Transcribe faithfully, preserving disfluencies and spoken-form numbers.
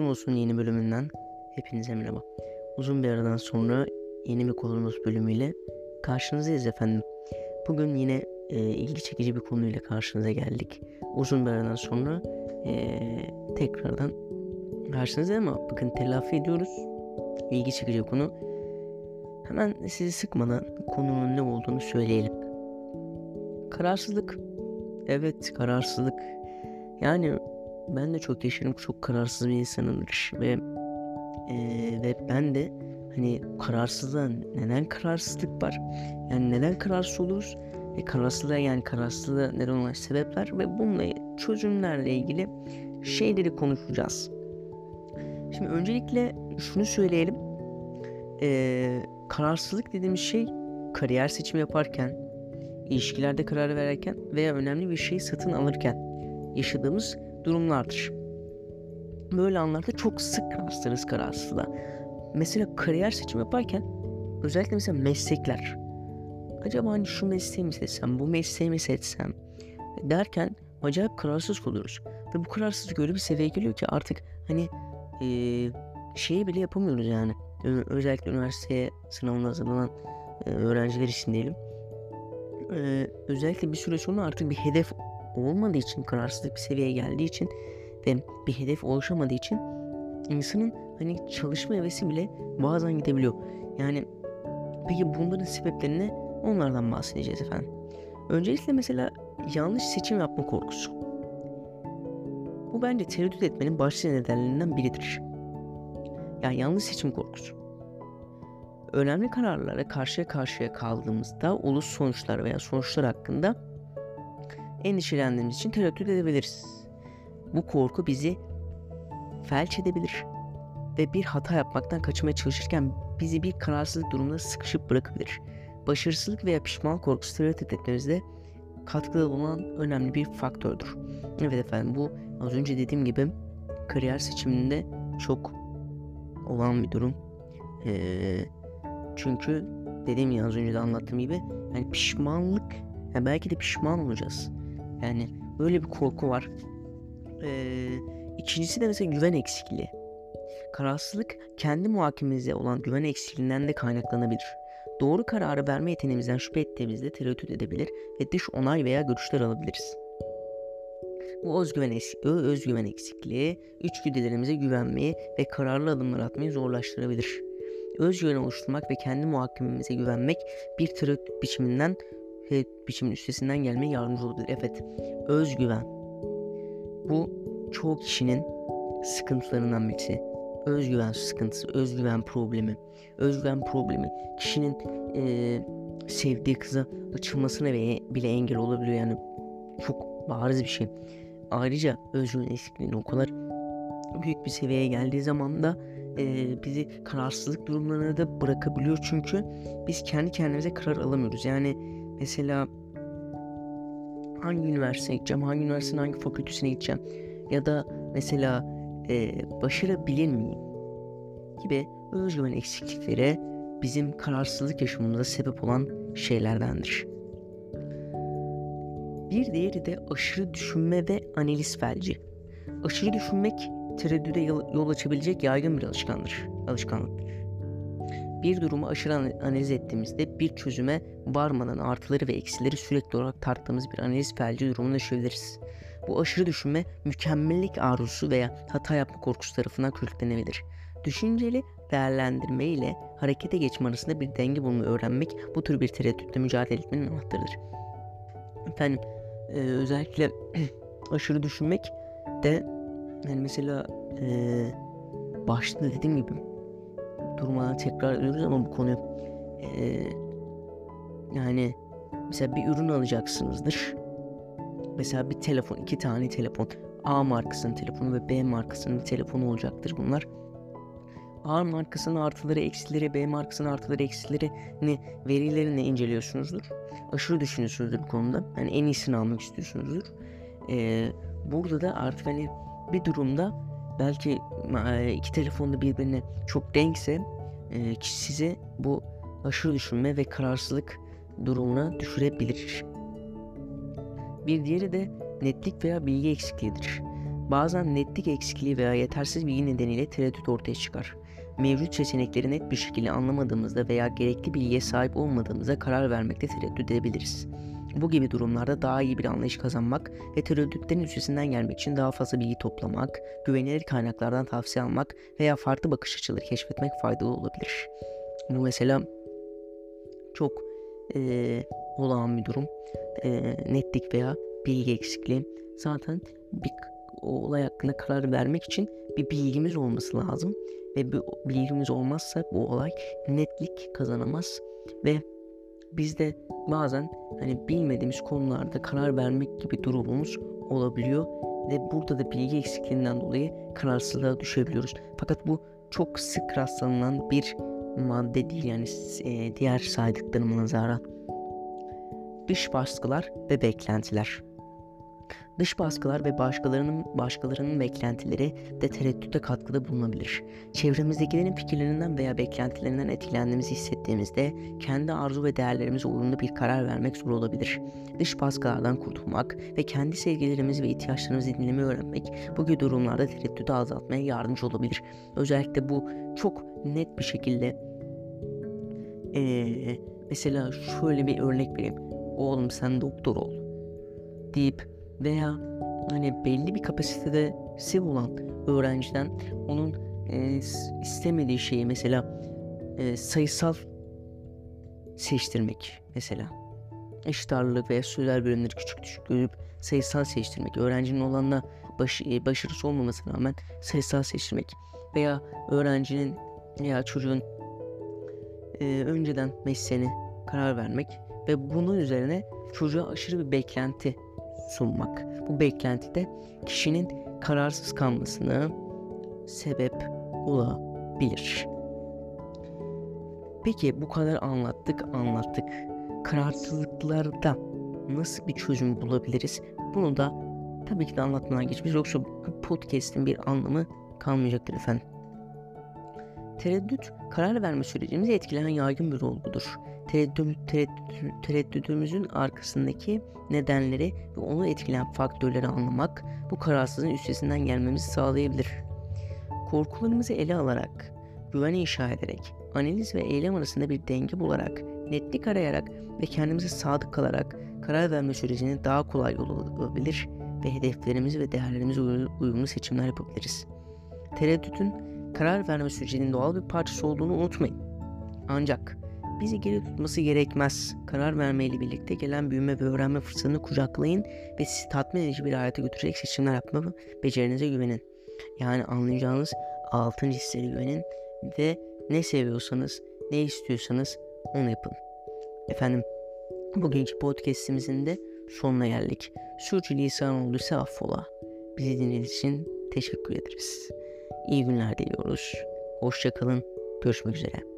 Kozmos'un yeni bölümünden hepinize merhaba. Uzun bir aradan sonra yeni bir Kozmos bölümüyle karşınızdayız efendim. Bugün yine e, ilgi çekici bir konuyla karşınıza geldik. Uzun bir aradan sonra e, tekrardan karşınızdayım ama bakın telafi ediyoruz. İlgi çekici konu. Hemen sizi sıkmadan konunun ne olduğunu söyleyelim. Kararsızlık. Evet, kararsızlık. Yani ben de çok yaşarım, çok kararsız bir insanımdır ve e, ve ben de hani kararsızlığa neden kararsızlık var? Yani neden kararsız oluruz? Ve kararsızlığa yani kararsızlığa neden olan sebepler ve bununla çözümlerle ilgili şeyleri konuşacağız. Şimdi öncelikle şunu söyleyelim. E, kararsızlık dediğimiz şey kariyer seçimi yaparken, ilişkilerde karar verirken veya önemli bir şeyi satın alırken yaşadığımız durumlardır. Böyle anlarda çok sık rastlarız kararsızlığa. Mesela kariyer seçimi yaparken özellikle mesela meslekler. Acaba hani şu mesleği mi seçsem, bu mesleği mi seçsem derken acayip kararsız oluyoruz. Ve bu kararsızlık öyle bir seviyeye geliyor ki artık hani ee, şeyi bile yapamıyoruz yani. Ö- özellikle üniversiteye sınavına hazırlanan e, öğrenciler için diyelim. Ee, özellikle bir süre sonra artık bir hedef olmadığı için, kararsızlık bir seviyeye geldiği için ve bir hedef oluşamadığı için insanın hani çalışma hevesi bile bazen gidebiliyor. Yani peki bunların sebeplerini onlardan bahsedeceğiz efendim. Öncelikle mesela yanlış seçim yapma korkusu. Bu bence tereddüt etmenin başlıca nedenlerinden biridir. Yani yanlış seçim korkusu. Önemli kararlara karşıya karşıya kaldığımızda olası sonuçlar veya sonuçlar hakkında endişelendiğimiz için tereddüt edebiliriz. Bu korku bizi felç edebilir ve bir hata yapmaktan kaçmaya çalışırken bizi bir kararsızlık durumunda sıkışıp bırakabilir. Başarısızlık veya pişmanlık korkusu tereddüt etmemizde katkıda bulunan önemli bir faktördür. Evet efendim, bu az önce dediğim gibi kariyer seçiminde çok olan bir durum. Ee, çünkü dediğim ya az önce de anlattığım gibi yani pişmanlık, yani belki de pişman olacağız. Yani böyle bir korku var. Ee, ikincisi de mesela güven eksikliği. Kararsızlık kendi muhakememize olan güven eksikliğinden de kaynaklanabilir. Doğru kararı verme yeteneğimizden şüphe ettiğimizde tereddüt edebilir ve dış onay veya görüşler alabiliriz. Bu özgüven, eksikliği, özgüven eksikliği içgüdülerimize güvenmeyi ve kararlı adımlar atmayı zorlaştırabilir. Özgüven oluşturmak ve kendi muhakememize güvenmek bir tereddüt biçiminden ve biçimin üstesinden gelmeye yardımcı olabilir. Evet, özgüven. Bu çoğu kişinin sıkıntılarından birisi. Özgüven sıkıntısı, özgüven problemi. Özgüven problemi kişinin e, sevdiği kıza açılmasına bile engel olabiliyor. Yani çok bariz bir şey. Ayrıca özgüven eksikliğinin o kadar büyük bir seviyeye geldiği zaman da e, bizi kararsızlık durumlarına da bırakabiliyor. Çünkü biz kendi kendimize karar alamıyoruz. Yani mesela hangi üniversiteye gideceğim, hangi üniversitenin hangi fakültesine gideceğim ya da mesela e, başarabilir miyim gibi özgüven eksiklikleri bizim kararsızlık yaşamamıza sebep olan şeylerdendir. Bir diğeri de aşırı düşünme ve analiz felci. Aşırı düşünmek tereddüde yol açabilecek yaygın bir alışkanlıktır. alışkanlıktır. Bir durumu aşırı analiz ettiğimizde bir çözüme varmadan artıları ve eksileri sürekli olarak tarttığımız bir analiz felci durumuna düşebiliriz. Bu aşırı düşünme mükemmellik arzusu veya hata yapma korkusu tarafından körüklenebilir. Düşünceli değerlendirme ile harekete geçme arasında bir denge bulmayı öğrenmek bu tür bir tereddütle mücadele etmenin anahtarıdır. Efendim e, özellikle aşırı düşünmek de yani mesela e, başta dediğim gibi durmadan tekrar ediyoruz ama bu konu e, yani mesela bir ürün alacaksınızdır. Mesela bir telefon, iki tane telefon. A markasının telefonu ve B markasının bir telefonu olacaktır bunlar. A markasının artıları, eksileri, B markasının artıları, eksilerini, verilerini inceliyorsunuzdur. Aşırı düşünüyorsunuzdur bu konuda. Yani en iyisini almak istiyorsunuzdur. Ee, burada da artık hani bir durumda belki e, iki telefonda birbirine çok denkse e, sizi bu aşırı düşünme ve kararsızlık durumuna düşürebilir. Bir diğeri de netlik veya bilgi eksikliğidir. Bazen netlik eksikliği veya yetersiz bilgi nedeniyle tereddüt ortaya çıkar. Mevcut seçenekleri net bir şekilde anlamadığımızda veya gerekli bilgiye sahip olmadığımızda karar vermekte tereddüt edebiliriz. Bu gibi durumlarda daha iyi bir anlayış kazanmak ve tereddütlerin üstesinden gelmek için daha fazla bilgi toplamak, güvenilir kaynaklardan tavsiye almak veya farklı bakış açıları keşfetmek faydalı olabilir. Bu mesela çok e, olağan bir durum. E, netlik veya bilgi eksikliği. Zaten bir o olay hakkında karar vermek için bir bilgimiz olması lazım ve bir bilgimiz olmazsa bu olay netlik kazanamaz ve biz de bazen hani bilmediğimiz konularda karar vermek gibi durumumuz olabiliyor ve burada da bilgi eksikliğinden dolayı kararsızlığa düşebiliyoruz. Fakat bu çok sık rastlanılan bir madde değil, yani e, diğer saydıklarıma nazaran. Dış baskılar ve beklentiler. Dış baskılar ve başkalarının başkalarının beklentileri de tereddüte katkıda bulunabilir. Çevremizdekilerin fikirlerinden veya beklentilerinden etkilendiğimizi hissettiğimizde kendi arzu ve değerlerimize uyumlu bir karar vermek zor olabilir. Dış baskılardan kurtulmak ve kendi sevgilerimizi ve ihtiyaçlarımızı dinlemeyi öğrenmek bu gibi durumlarda tereddütü azaltmaya yardımcı olabilir. Özellikle bu çok net bir şekilde ee, mesela şöyle bir örnek vereyim. Oğlum sen doktor ol deyip veya hani belli bir kapasitesi olan öğrenciden onun e, istemediği şeyi mesela e, sayısal seçtirmek, mesela eşit ağırlık veya sözel bölümleri küçük küçük görüp sayısal seçtirmek, öğrencinin olanla baş, e, başarısı olmamasına rağmen sayısal seçtirmek veya öğrencinin veya çocuğun e, önceden mesleğine karar vermek ve bunun üzerine çocuğa aşırı bir beklenti sunmak. Bu beklenti de kişinin kararsız kalmasına sebep olabilir. Peki bu kadar anlattık anlattık. Kararsızlıklarda nasıl bir çözüm bulabiliriz? Bunu da tabii ki de anlatmadan geçmiş. Yoksa bu podcast'in bir anlamı kalmayacaktır efendim. Tereddüt, karar verme sürecimizi etkileyen yaygın bir olgudur. Tereddüt, tereddüt, tereddütümüzün arkasındaki nedenleri ve onu etkileyen faktörleri anlamak bu kararsızlığın üstesinden gelmemizi sağlayabilir. Korkularımızı ele alarak, güven inşa ederek, analiz ve eylem arasında bir denge bularak, netlik arayarak ve kendimize sadık kalarak karar verme sürecini daha kolay olabilir ve hedeflerimizi ve değerlerimize uyumlu seçimler yapabiliriz. Tereddütün karar verme sürecinin doğal bir parçası olduğunu unutmayın. Ancak bizi geri tutması gerekmez. Karar vermeyle birlikte gelen büyüme ve öğrenme fırsatını kucaklayın ve sizi tatmin edici bir hayata götürecek seçimler yapma becerinize güvenin. Yani anlayacağınız altıncı hissere güvenin ve ne seviyorsanız, ne istiyorsanız onu yapın. Efendim, bugünkü podcastimizin de sonuna geldik. Sürçülisan olduysa affola. Bizi dinlediğiniz için teşekkür ederiz. İyi günler diliyoruz. Hoşça kalın. Görüşmek üzere.